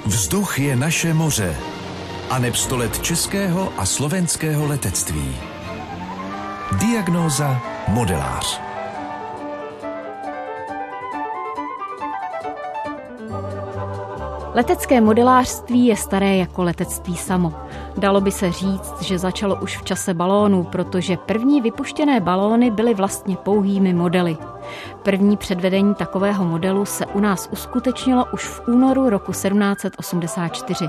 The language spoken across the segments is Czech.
Vzduch je naše moře. Aneb 100 let českého a slovenského letectví. Diagnóza modelář. Letecké modelářství je staré jako letectví samo. Dalo by se říct, že začalo už v čase balónů, protože první vypuštěné balóny byly vlastně pouhými modely. První předvedení takového modelu se u nás uskutečnilo už v únoru roku 1784.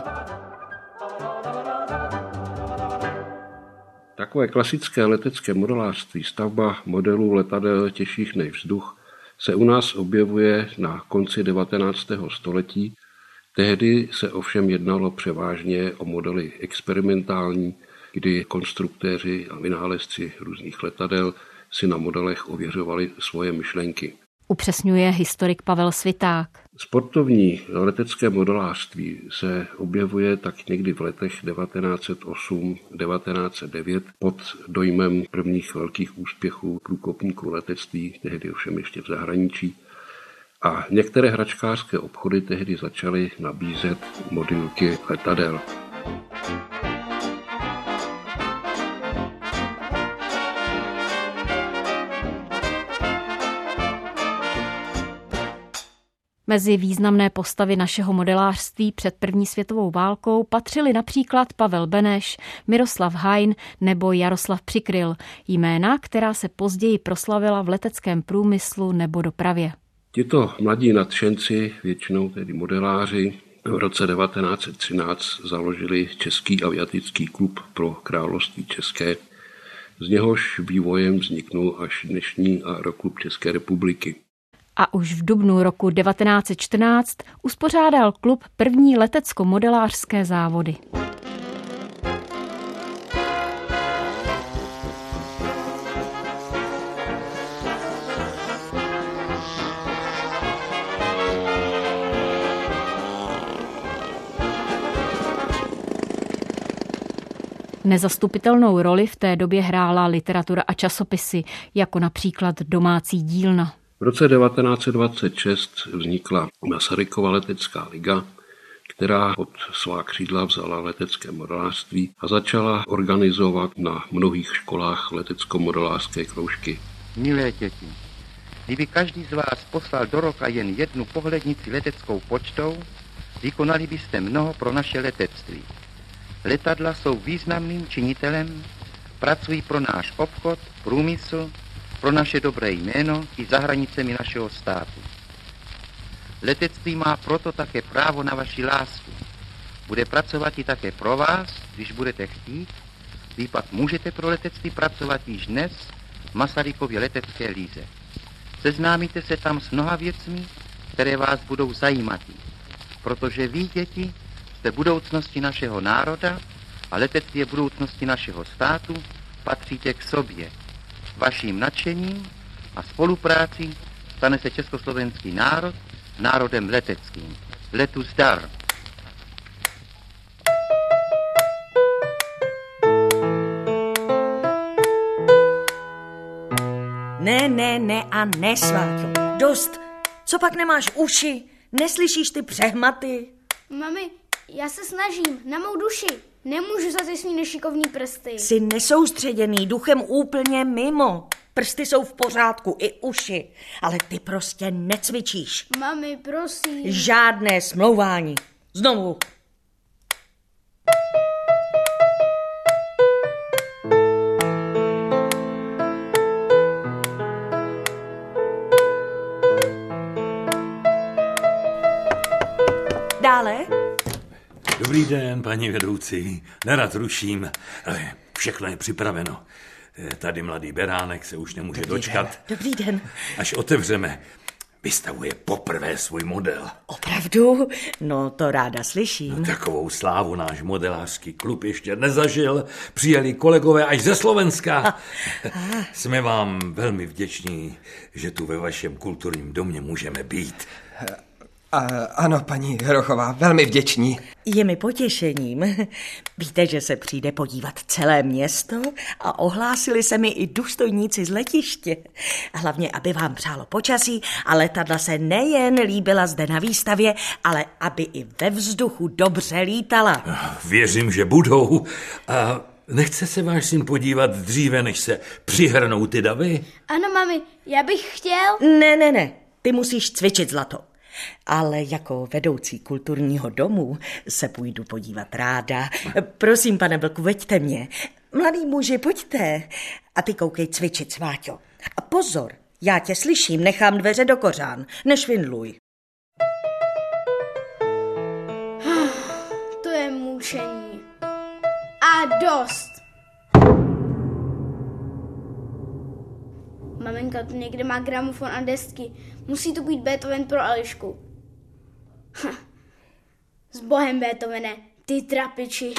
Takové klasické letecké modelářství, stavba modelů letadel těžších než vzduch, se u nás objevuje na konci 19. století. Tehdy se ovšem jednalo převážně o modely experimentální, kdy konstruktéři a vynálezci různých letadel si na modelech ověřovali svoje myšlenky. Upřesňuje historik Pavel Sviták. Sportovní letecké modelářství se objevuje tak někdy v letech 1908-1909 pod dojmem prvních velkých úspěchů průkopníků letectví, tehdy ovšem ještě v zahraničí. A některé hračkářské obchody tehdy začaly nabízet modulky letadel. Mezi významné postavy našeho modelářství před první světovou válkou patřili například Pavel Beneš, Miroslav Hein nebo Jaroslav Přikryl, jména, která se později proslavila v leteckém průmyslu nebo dopravě. Tito mladí nadšenci, většinou tedy modeláři, v roce 1913 založili Český aviatický klub pro království české. Z něhož vývojem vzniknul až dnešní Aeroklub České republiky. A už v dubnu roku 1914 uspořádal klub první letecko-modelářské závody. Nezastupitelnou roli v té době hrála literatura a časopisy, jako například Domácí dílna. V roce 1926 vznikla Masarykova letecká liga, která pod svá křídla vzala letecké modelářství a začala organizovat na mnohých školách letecko-modelářské kroužky. Milé děti, kdyby každý z vás poslal do roka jen jednu pohlednici leteckou počtou, vykonali byste mnoho pro naše letectví. Letadla jsou významným činitelem, pracují pro náš obchod, průmysl, pro naše dobré jméno i za hranicemi našeho státu. Letectví má proto také právo na vaši lásku. Bude pracovat i také pro vás, když budete chtít. Vy pak můžete pro letectví pracovat již dnes v Masarykově letecké líze. Seznámíte se tam s mnoha věcmi, které vás budou zajímat. Protože vy, děti, jste budoucnosti našeho národa a letectví je budoucnosti našeho státu, patříte k sobě. Vaším nadšením a spoluprácí stane se československý národ národem leteckým. Letu zdar! Ne a ne, Sváťo. Dost. Co pak nemáš uši? Neslyšíš ty přehmaty? Mami, já se snažím, na mou duši. Nemůžu za ty svý nešikovný prsty. Jsi nesoustředěný, duchem úplně mimo. Prsty jsou v pořádku, i uši. Ale ty prostě necvičíš. Mami, prosím. Žádné smlouvání. Znovu. Dále? Dobrý den, paní vedoucí. Nerad ruším, ale všechno je připraveno. Tady mladý beránek se už nemůže dočkat. Dobrý den. Až otevřeme, vystavuje poprvé svůj model. Opravdu? No to ráda slyším. No, takovou slávu náš modelářský klub ještě nezažil. Přijeli kolegové až ze Slovenska. Jsme vám velmi vděční, že tu ve vašem kulturním domě můžeme být. Ano, paní Hrochová, velmi vděční. Je mi potěšením. Víte, že se přijde podívat celé město a ohlásili se mi i důstojníci z letiště. Hlavně, aby vám přálo počasí a letadla se nejen líbila zde na výstavě, ale aby i ve vzduchu dobře lítala. Věřím, že budou. A nechce se váš syn podívat dříve, než se přihrnou ty davy? Ano, mami, já bych chtěl. Ne, ty musíš cvičit, zlato. Ale jako vedoucí kulturního domu se půjdu podívat ráda. Prosím, pane Vlku, veďte mě. Mladý muži, pojďte. A ty koukej cvičit, Sváťo. A pozor, já tě slyším, nechám dveře do kořán. Nešvindluj. To je mučení. A dost. Maminka tu někde má gramofon a desky. Musí to být Beethoven pro Elišku. S bohem, Beethovene, ty trapiči.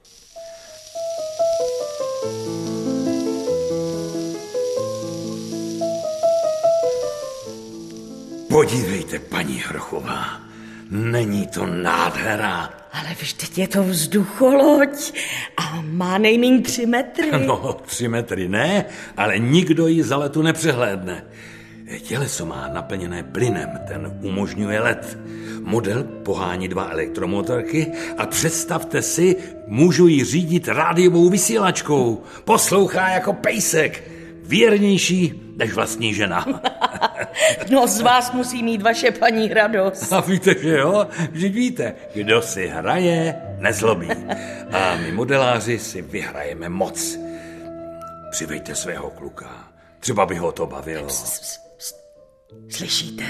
Podívejte, paní Hrochová, není to nádhera? Ale vždyť je to vzducholoď a má nejmíň 3 metry. No, 3 metry ne, ale nikdo ji za letu nepřehlédne. Těleso má naplněné plynem, ten umožňuje let. Model pohání 2 elektromotorky a představte si, můžu ji řídit rádiovou vysílačkou. Poslouchá jako pejsek, věrnější než vlastní žena. No, z vás musí mít vaše paní radost. A víte, že jo? Vždyť víte, kdo si hraje, nezlobí. A my modeláři si vyhrajeme moc. Přivejte svého kluka. Třeba by ho to bavilo. Slyšíte?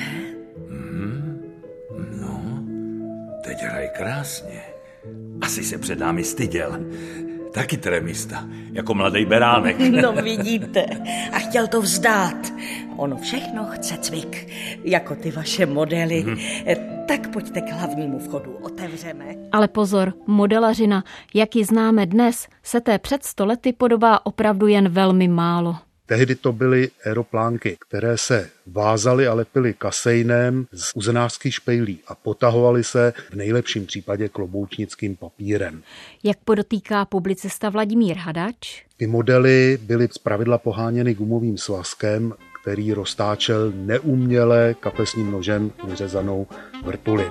No, teď hraj krásně. Asi se před námi styděl. Taky tremista, jako mladý beránek. No vidíte, a chtěl to vzdát. Ono všechno chce cvik, jako ty vaše modely. Tak pojďte k hlavnímu vchodu, otevřeme. Ale pozor, modelařina, jak ji známe dnes, se té před 100 lety podobá opravdu jen velmi málo. Tehdy to byly aeroplánky, které se vázaly a lepily kasejnem z uzenářských špejlí a potahovaly se v nejlepším případě kloboučnickým papírem. Jak podotýká publicista Vladimír Hadač, ty modely byly zpravidla poháněny gumovým svazkem, který roztáčel neuměle kapesním nožem vyřezanou vrtuli.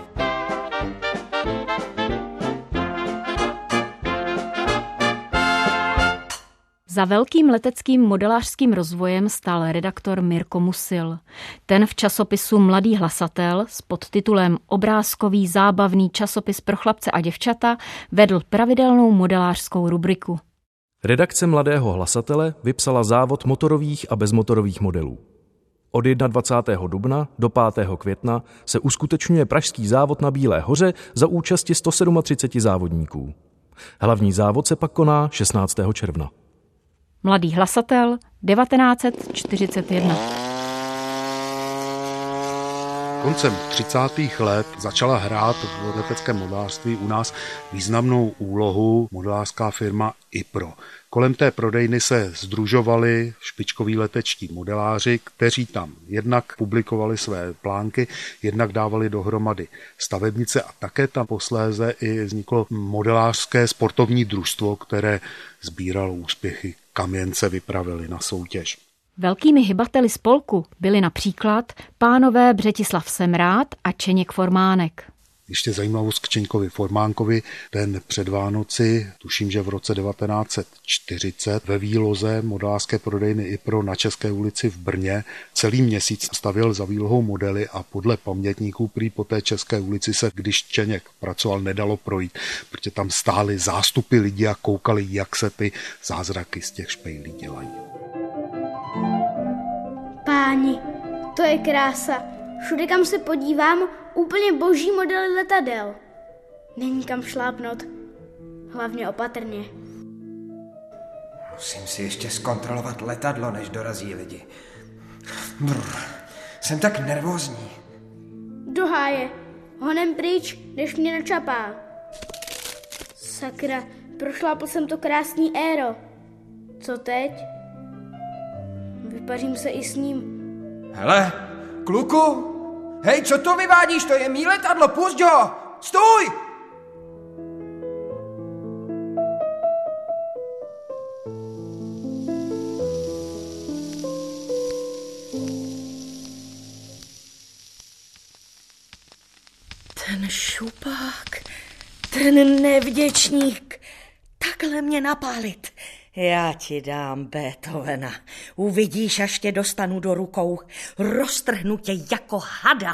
Za velkým leteckým modelářským rozvojem stál redaktor Mirko Musil. Ten v časopisu Mladý hlasatel s podtitulem Obrázkový zábavný časopis pro chlapce a děvčata vedl pravidelnou modelářskou rubriku. Redakce Mladého hlasatele vypsala závod motorových a bezmotorových modelů. Od 21. dubna do 5. května se uskutečňuje pražský závod na Bílé hoře za účasti 137 závodníků. Hlavní závod se pak koná 16. června. Mladý hlasatel 1941. Koncem 30. let začala hrát v leteckém modelářství u nás významnou úlohu modelářská firma IPRO. Kolem té prodejny se sdružovali špičkoví letečtí modeláři, kteří tam jednak publikovali své plánky, jednak dávali dohromady stavebnice a také tam posléze i vzniklo modelářské sportovní družstvo, které sbíralo úspěchy, kam jen se vypravili na soutěž. Velkými hybateli spolku byli například pánové Břetislav Semrád a Čeněk Formánek. Ještě zajímavost k Čeňkovi Formánkovi, ten před Vánoci, tuším, že v roce 1940 ve výloze modelářské prodejny IPRO na České ulici v Brně celý měsíc stavěl za výlohou modely a podle pamětníků prý po té České ulici se, když Čeněk pracoval, nedalo projít, protože tam stály zástupy lidí a koukali, jak se ty zázraky z těch špejlí dělají. Páni, to je krása. Všude, kam se podívám, úplně boží modely letadel. Není kam šlápnout. Hlavně opatrně. Musím si ještě zkontrolovat letadlo, než dorazí lidi. Jsem tak nervózní. Do háje. Honem pryč, než mě načapá. Sakra, prošlápl jsem to krásný aero. Co teď? Vypařím se i s ním. Hele, kluku, Hej, co to vyvádíš? To je mý letadlo, pusť ho! Stůj! Ten šupák, ten nevděčník, takhle mě napálit. Já ti dám Beethovena. Uvidíš, až tě dostanu do rukou. Roztrhnu tě jako hada.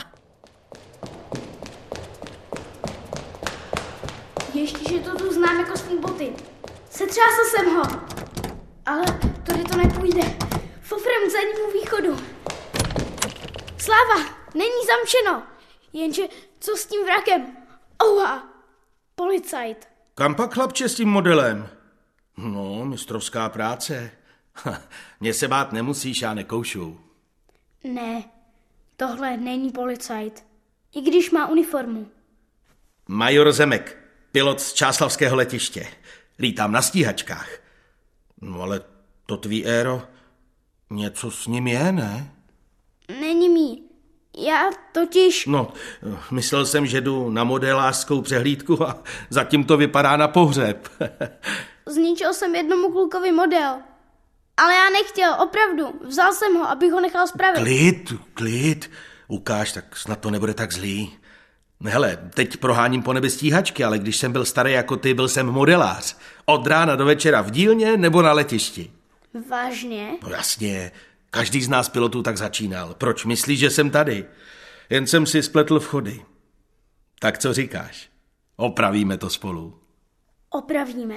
Ještě, že to tu znám jako svý boty. Setřásl jsem ho. Ale tady to nepůjde. Fofrem k zadnímu východu. Sláva, není zamčeno. Jenže co s tím vrakem? Ouha, policajt. Kam pak, chlapče, s tím modelem? No, mistrovská práce. Mě se bát nemusíš, já nekoušu. Ne, tohle není policajt. I když má uniformu. Major Zemek, pilot z Čáslavského letiště. Lítám na stíhačkách. No ale to tvý éro, něco s ním je, ne? Není mý. Já totiž... No, myslel jsem, že jdu na modelářskou přehlídku a zatím to vypadá na pohřeb. Zničil jsem jednomu klukovi model. Ale já nechtěl, opravdu. Vzal jsem ho, abych ho nechal spravit. Klid. Ukáž, tak snad to nebude tak zlý. Hele, teď proháním po nebi stíhačky, ale když jsem byl starý jako ty, byl jsem modelář. Od rána do večera v dílně nebo na letišti. Vážně? No jasně, každý z nás pilotů tak začínal. Proč myslíš, že jsem tady? Jen jsem si spletl vchody. Tak co říkáš? Opravíme to spolu. Opravíme.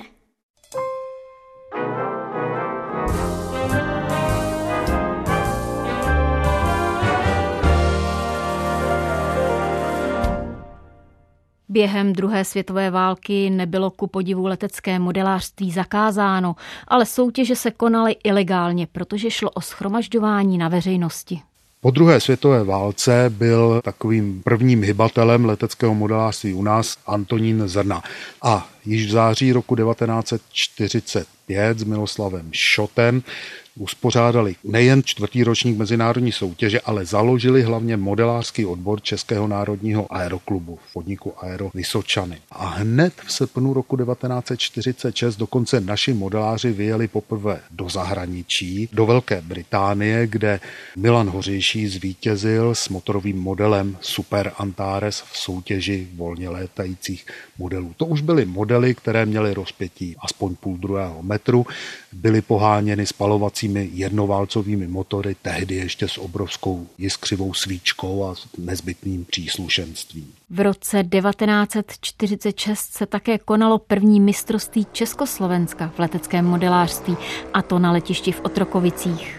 Během druhé světové války nebylo ku podivu letecké modelářství zakázáno, ale soutěže se konaly ilegálně, protože šlo o shromažďování na veřejnosti. Po druhé světové válce byl takovým prvním hybatelem leteckého modelářství u nás Antonín Zrna. A již v září roku 1945 s Miloslavem Šotem uspořádali nejen 4. ročník mezinárodní soutěže, ale založili hlavně modelářský odbor Českého národního aeroklubu v podniku Aero Vysočany. A hned v srpnu roku 1946 dokonce naši modeláři vyjeli poprvé do zahraničí, do Velké Británie, kde Milan Hořejší zvítězil s motorovým modelem Super Antares v soutěži volně létajících modelů. To už byly modely, které měly rozpětí aspoň 0,5 metru, byly poháněny spalovacími jednoválcovými motory, tehdy ještě s obrovskou jiskřivou svíčkou a nezbytným příslušenstvím. V roce 1946 se také konalo první mistrovství Československa v leteckém modelářství, a to na letišti v Otrokovicích.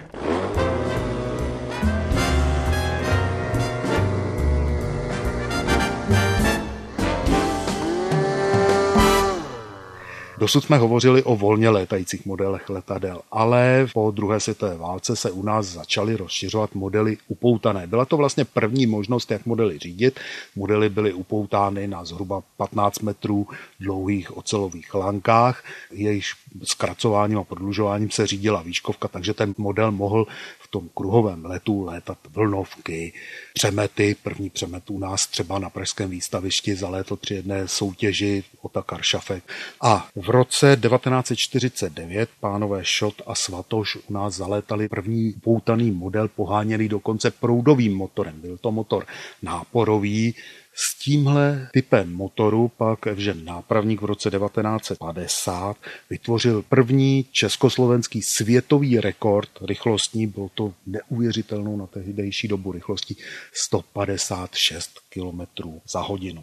Dosud jsme hovořili o volně létajících modelech letadel, ale po druhé světové válce se u nás začaly rozšiřovat modely upoutané. Byla to vlastně první možnost, jak modely řídit. Modely byly upoutány na zhruba 15 metrů dlouhých ocelových lankách, jejichž zkracováním a prodlužováním se řídila výškovka, takže ten model mohl v tom kruhovém letu létat vlnovky, přemety. První přemet u nás třeba na pražském výstavišti zalétl při jedné soutěži Otakar Šafek. A v roce 1949 pánové Šot a Svatoš u nás zalétali první upoutaný model poháněný dokonce proudovým motorem. Byl to motor náporový. S tímhle typem motoru pak Evžen Nápravník v roce 1950 vytvořil první československý světový rekord rychlostní, bylo to neuvěřitelnou na tehdejší dobu rychlostí 156 km za hodinu.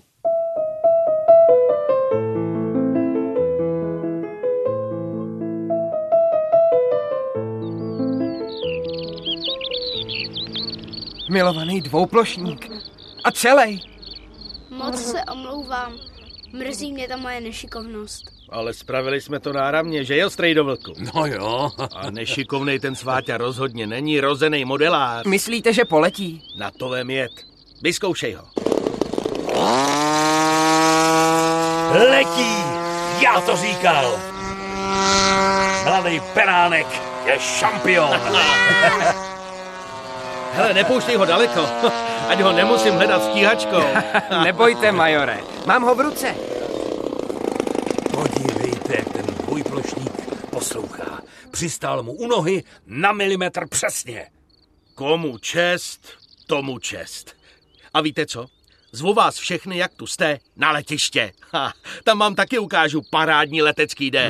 Milovaný dvouplošník. A celej. Moc se omlouvám. Mrzí mě ta moje nešikovnost. Ale spravili jsme to náramně, že jo, Strejdovlku? No jo. A nešikovnej ten Sváťa rozhodně není, rozený modelář. Myslíte, že poletí? Na to vem jet. Vyzkoušej ho. Letí! Já to říkal! Mladý Peránek je šampion! Hele, nepouštěj ho daleko, ať ho nemusím hledat stíhačkou. Nebojte, majore, mám ho v ruce. Podívejte, jak ten dvojplošník poslouchá. Přistál mu u nohy na milimetr přesně. Komu čest, tomu čest. A víte co? Zvu vás všechny, jak tu jste, na letiště. Tam vám taky ukážu parádní letecký den.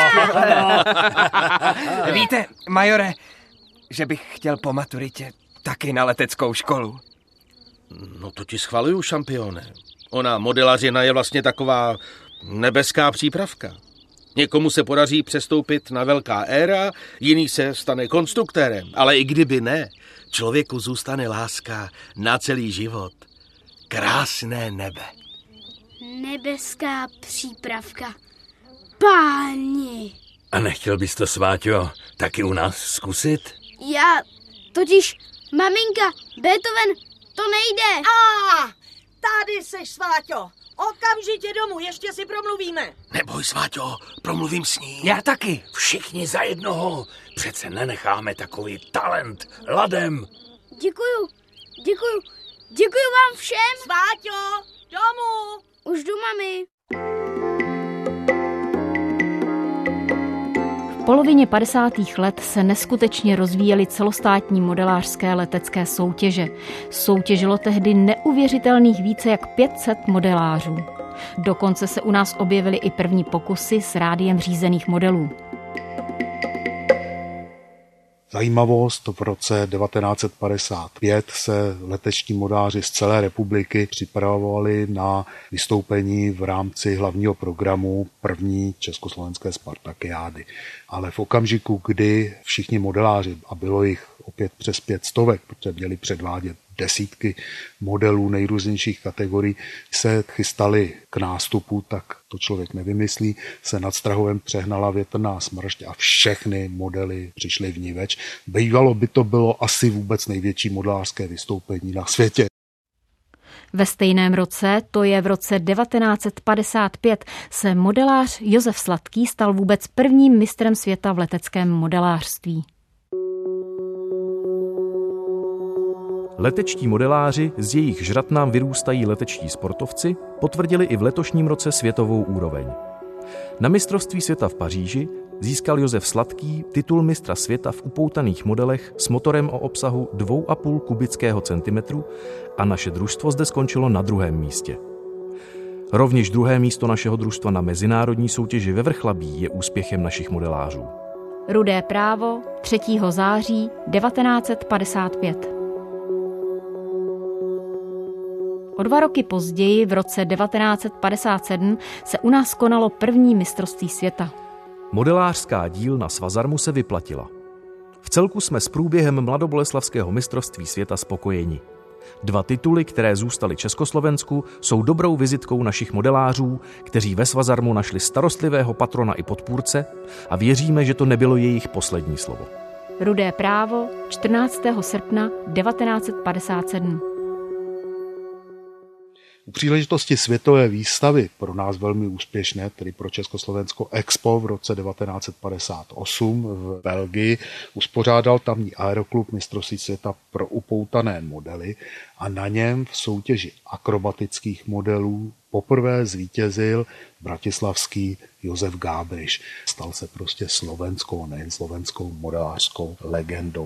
Víte, majore, že bych chtěl po maturitě taky na leteckou školu. No to ti schvaluju, šampione. Ona modelařina je vlastně taková nebeská přípravka. Někomu se podaří přestoupit na velká éra, jiný se stane konstruktérem. Ale i kdyby ne, člověku zůstane láska na celý život. Krásné nebe. Nebeská přípravka. Páni. A nechtěl bys to, Sváťo, taky u nás zkusit? Já totiž, maminka, Beethoven, to nejde. Tady seš, Sváťo. Okamžitě domů, ještě si promluvíme. Neboj, Sváťo, promluvím s ní. Já taky. Všichni za jednoho. Přece nenecháme takový talent ladem. Děkuju vám všem. Sváťo, domů. Už jdu, mami. V polovině 50. let se neskutečně rozvíjely celostátní modelářské letecké soutěže. Soutěžilo tehdy neuvěřitelných více jak 500 modelářů. Dokonce se u nás objevily i první pokusy s rádiem řízených modelů. Zajímavost, v roce 1955 se leteční modeláři z celé republiky připravovali na vystoupení v rámci hlavního programu první československé Spartakiády. Ale v okamžiku, kdy všichni modeláři, a bylo jich opět přes 500, protože měli předvádět desítky modelů nejrůznějších kategorií, se chystali k nástupu, tak to člověk nevymyslí, se nad Strahovem přehnala větrná smršť a všechny modely přišly vniveč. Bývalo by to bylo asi vůbec největší modelářské vystoupení na světě. Ve stejném roce, to je v roce 1955, se modelář Josef Sladký stal vůbec prvním mistrem světa v leteckém modelářství. Letečtí modeláři, z jejich žrat nám vyrůstají letečtí sportovci, potvrdili i v letošním roce světovou úroveň. Na mistrovství světa v Paříži získal Josef Sladký titul mistra světa v upoutaných modelech s motorem o obsahu 2,5 kubického centimetru a naše družstvo zde skončilo na 2. místě. Rovněž 2. místo našeho družstva na mezinárodní soutěži ve Vrchlabí je úspěchem našich modelářů. Rudé právo 3. září 1955. O 2 roky později, v roce 1957, se u nás konalo první mistrovství světa. Modelářská dílna Svazarmu se vyplatila. V celku jsme s průběhem mladoboleslavského mistrovství světa spokojeni. 2 tituly, které zůstaly Československu, jsou dobrou vizitkou našich modelářů, kteří ve Svazarmu našli starostlivého patrona i podpůrce a věříme, že to nebylo jejich poslední slovo. Rudé právo 14. srpna 1957. U příležitosti světové výstavy, pro nás velmi úspěšné, tedy pro Československo Expo v roce 1958 v Belgii, uspořádal tamní aeroklub mistrovství světa pro upoutané modely a na něm v soutěži akrobatických modelů poprvé zvítězil bratislavský Josef Gábriš. Stal se prostě slovenskou, nejen slovenskou modelářskou legendou.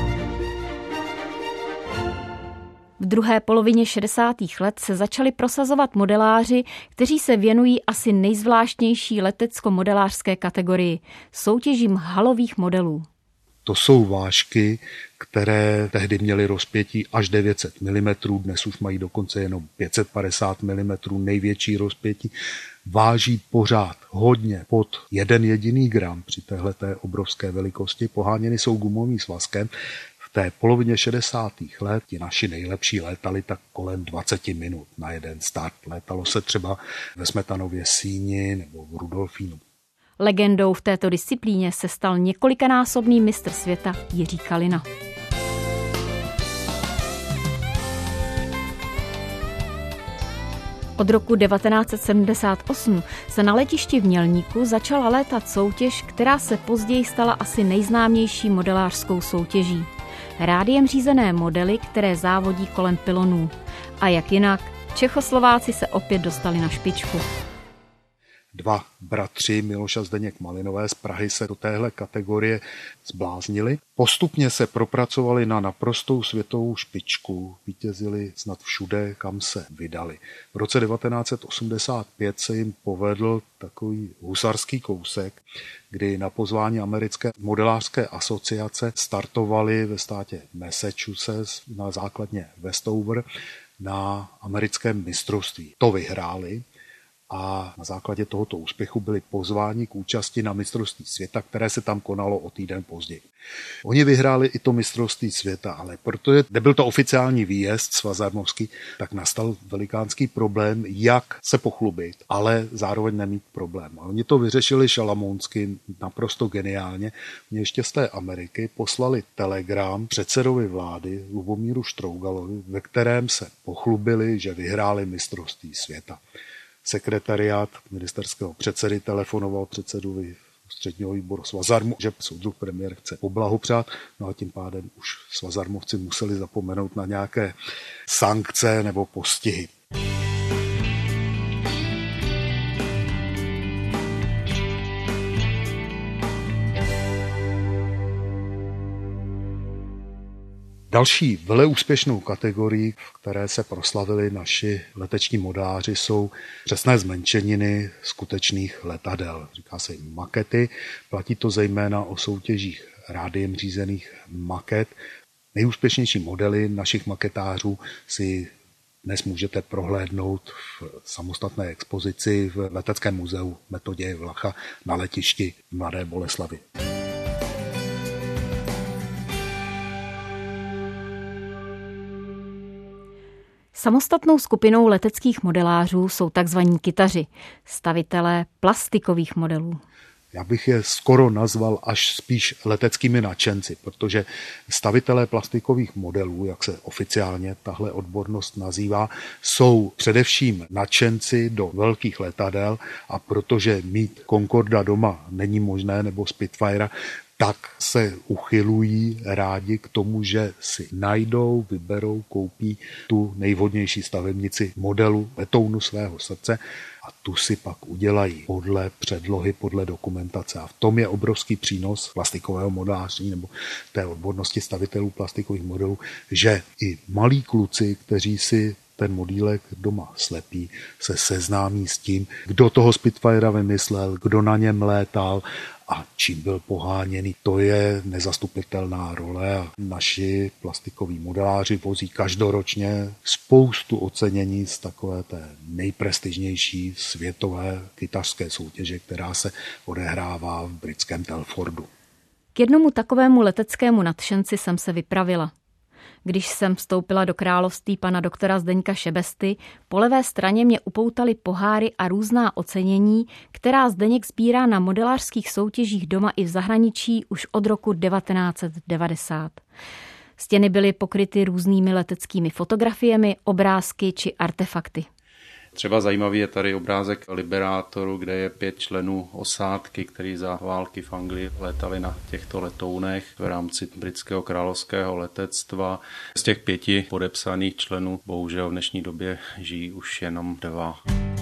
V druhé polovině 60. let se začali prosazovat modeláři, kteří se věnují asi nejzvláštnější letecko-modelářské kategorii – soutěžím halových modelů. To jsou vážky, které tehdy měly rozpětí až 900 mm, dnes už mají dokonce jenom 550 mm, největší rozpětí. Váží pořád hodně pod 1 jediný gram při téhleté obrovské velikosti, poháněny jsou gumovým svazkem. V té polovině 60. let ti naši nejlepší létali tak kolem 20 minut na jeden start. Létalo se třeba ve Smetanově Síni nebo v Rudolfínu. Legendou v této disciplíně se stal několikanásobný mistr světa Jiří Kalina. Od roku 1978 se na letišti v Mělníku začala létat soutěž, která se později stala asi nejznámější modelářskou soutěží. rádiem řízené modely, které závodí kolem pylonů. A jak jinak, Čechoslováci se opět dostali na špičku. Dva bratři, Miloš a Zdeněk Malinové z Prahy, se do téhle kategorie zbláznili. Postupně se propracovali na naprostou světovou špičku, vítězili snad všude, kam se vydali. V roce 1985 se jim povedl takový husarský kousek, kdy na pozvání americké modelářské asociace startovali ve státě Massachusetts na základně Westover na americkém mistrovství. To vyhráli. A na základě tohoto úspěchu byli pozváni k účasti na mistrovství světa, které se tam konalo o týden později. Oni vyhráli i to mistrovství světa, ale protože nebyl to oficiální výjezd svazarmovský, tak nastal velikánský problém, jak se pochlubit, ale zároveň nemít problém. A oni to vyřešili šalamounsky, naprosto geniálně. Mě ještě z té Ameriky poslali telegram předsedovi vlády Lubomíru Štrougalovi, ve kterém se pochlubili, že vyhráli mistrovství světa. Sekretariát ministerského předsedy telefonoval předsedovi ústředního výboru Svazarmu, že soudruh premiér chce poblahopřát, no a tím pádem už svazarmovci museli zapomenout na nějaké sankce nebo postihy. Další veleúspěšnou kategorii, v které se proslavili naši leteční modeláři, jsou přesné zmenšeniny skutečných letadel. Říká se jim makety, platí to zejména o soutěžích rádiem řízených maket. Nejúspěšnější modely našich maketářů si dnes můžete prohlédnout v samostatné expozici v Leteckém muzeu Metoděje Vlacha na letišti Mladé Boleslavi. Samostatnou skupinou leteckých modelářů jsou tzv. Kytaři, stavitelé plastikových modelů. Já bych je skoro nazval až spíš leteckými nadšenci, protože stavitelé plastikových modelů, jak se oficiálně tahle odbornost nazývá, jsou především nadšenci do velkých letadel a protože mít Concorda doma není možné nebo Spitfire, tak se uchylují rádi k tomu, že si najdou, vyberou, koupí tu nejvhodnější stavebnici modelu letounu svého srdce a tu si pak udělají podle předlohy, podle dokumentace. A v tom je obrovský přínos plastikového modelářství nebo té odbornosti stavitelů plastikových modelů, že i malí kluci, kteří si ten modílek doma slepí, se seznámí s tím, kdo toho Spitfire vymyslel, kdo na něm létal a čím byl poháněný. To je nezastupitelná role a naši plastikoví modeláři vozí každoročně spoustu ocenění z takové té nejprestižnější světové kytařské soutěže, která se odehrává v britském Telfordu. K jednomu takovému leteckému nadšenci jsem se vypravila. Když jsem vstoupila do království pana doktora Zdeňka Šebesty, po levé straně mě upoutaly poháry a různá ocenění, která Zdeněk sbírá na modelářských soutěžích doma i v zahraničí už od roku 1990. Stěny byly pokryty různými leteckými fotografiemi, obrázky či artefakty. Třeba zajímavý je tady obrázek Liberátoru, kde je 5 členů osádky, kteří za války v Anglii létali na těchto letounech v rámci britského královského letectva. Z těch 5 podepsaných členů bohužel v dnešní době žijí už jenom 2.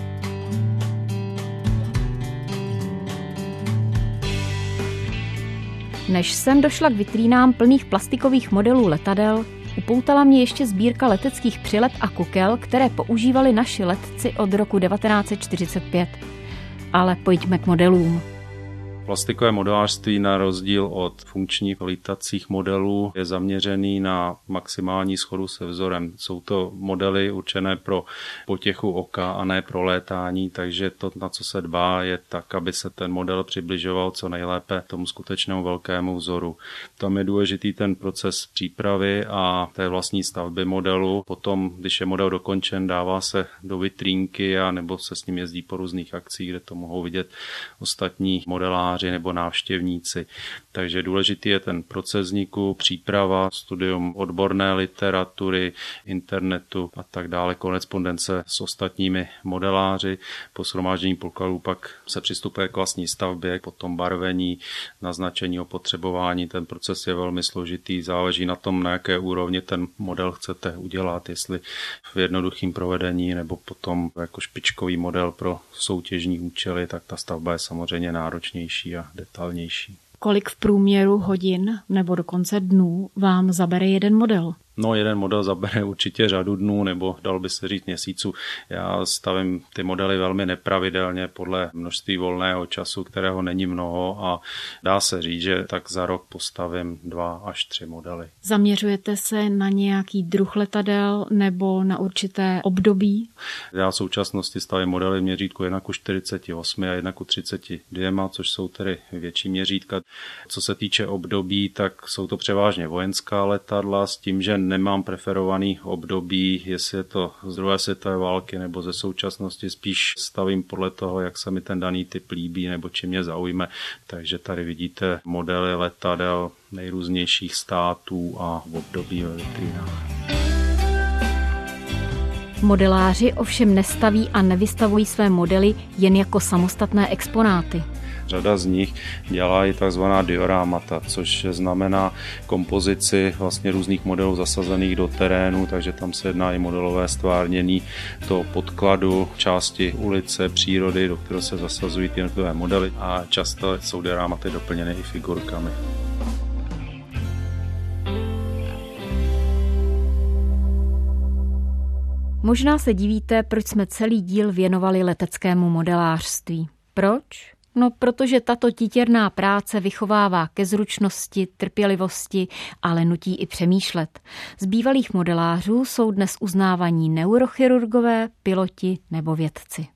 Než jsem došla k vitrínám plných plastikových modelů letadel, upoutala mě ještě sbírka leteckých přilep a kukel, které používali naši letci od roku 1945. Ale pojďme k modelům. Plastikové modelářství na rozdíl od funkčních lítacích modelů je zaměřený na maximální shodu se vzorem. Jsou to modely určené pro potěchu oka a ne pro létání, takže to, na co se dbá, je tak, aby se ten model přibližoval co nejlépe tomu skutečnému velkému vzoru. Tam je důležitý ten proces přípravy a té vlastní stavby modelu. Potom, když je model dokončen, dává se do vitrínky a nebo se s ním jezdí po různých akcích, kde to mohou vidět ostatní modeláři modeláři nebo návštěvníci. Takže důležitý je ten proces vzniku, příprava, studium odborné literatury, internetu a tak dále, korespondence s ostatními modeláři. Po shromáždění podkladů pak se přistupuje k vlastní stavbě, potom barvení, naznačení opotřebování. Ten proces je velmi složitý, záleží na tom, na jaké úrovni ten model chcete udělat, jestli v jednoduchém provedení nebo potom jako špičkový model pro soutěžní účely, tak ta stavba je samozřejmě náročnější a detailnější. Kolik v průměru hodin nebo dokonce dnů vám zabere jeden model? No, jeden model zabere určitě řadu dnů, nebo dal by se říct měsíců. Já stavím ty modely velmi nepravidelně podle množství volného času, kterého není mnoho a dá se říct, že tak za rok postavím 2 až 3 modely. Zaměřujete se na nějaký druh letadel nebo na určité období? Já v současnosti stavím modely v měřítku 1:48 a 1:32, což jsou tedy větší měřítka. Co se týče období, tak jsou to převážně vojenská letadla s tím, že nemám preferovaný období, jestli je to z druhé světové války nebo ze současnosti, spíš stavím podle toho, jak se mi ten daný typ líbí nebo čím mě zaujme. Takže tady vidíte modely letadel nejrůznějších států a v období ve vitrínách. Modeláři ovšem nestaví a nevystavují své modely jen jako samostatné exponáty. Řada z nich dělá i takzvaná dioramata, což znamená kompozici vlastně různých modelů zasazených do terénu, takže tam se jedná i modelové stvárnění toho podkladu, části ulice, přírody, do které se zasazují ty jednotlivé modely a často jsou dioramaty doplněny i figurkami. Možná se divíte, proč jsme celý díl věnovali leteckému modelářství. Proč? No, protože tato titěrná práce vychovává ke zručnosti, trpělivosti, ale nutí i přemýšlet. Z bývalých modelářů jsou dnes uznávaní neurochirurgové, piloti nebo vědci.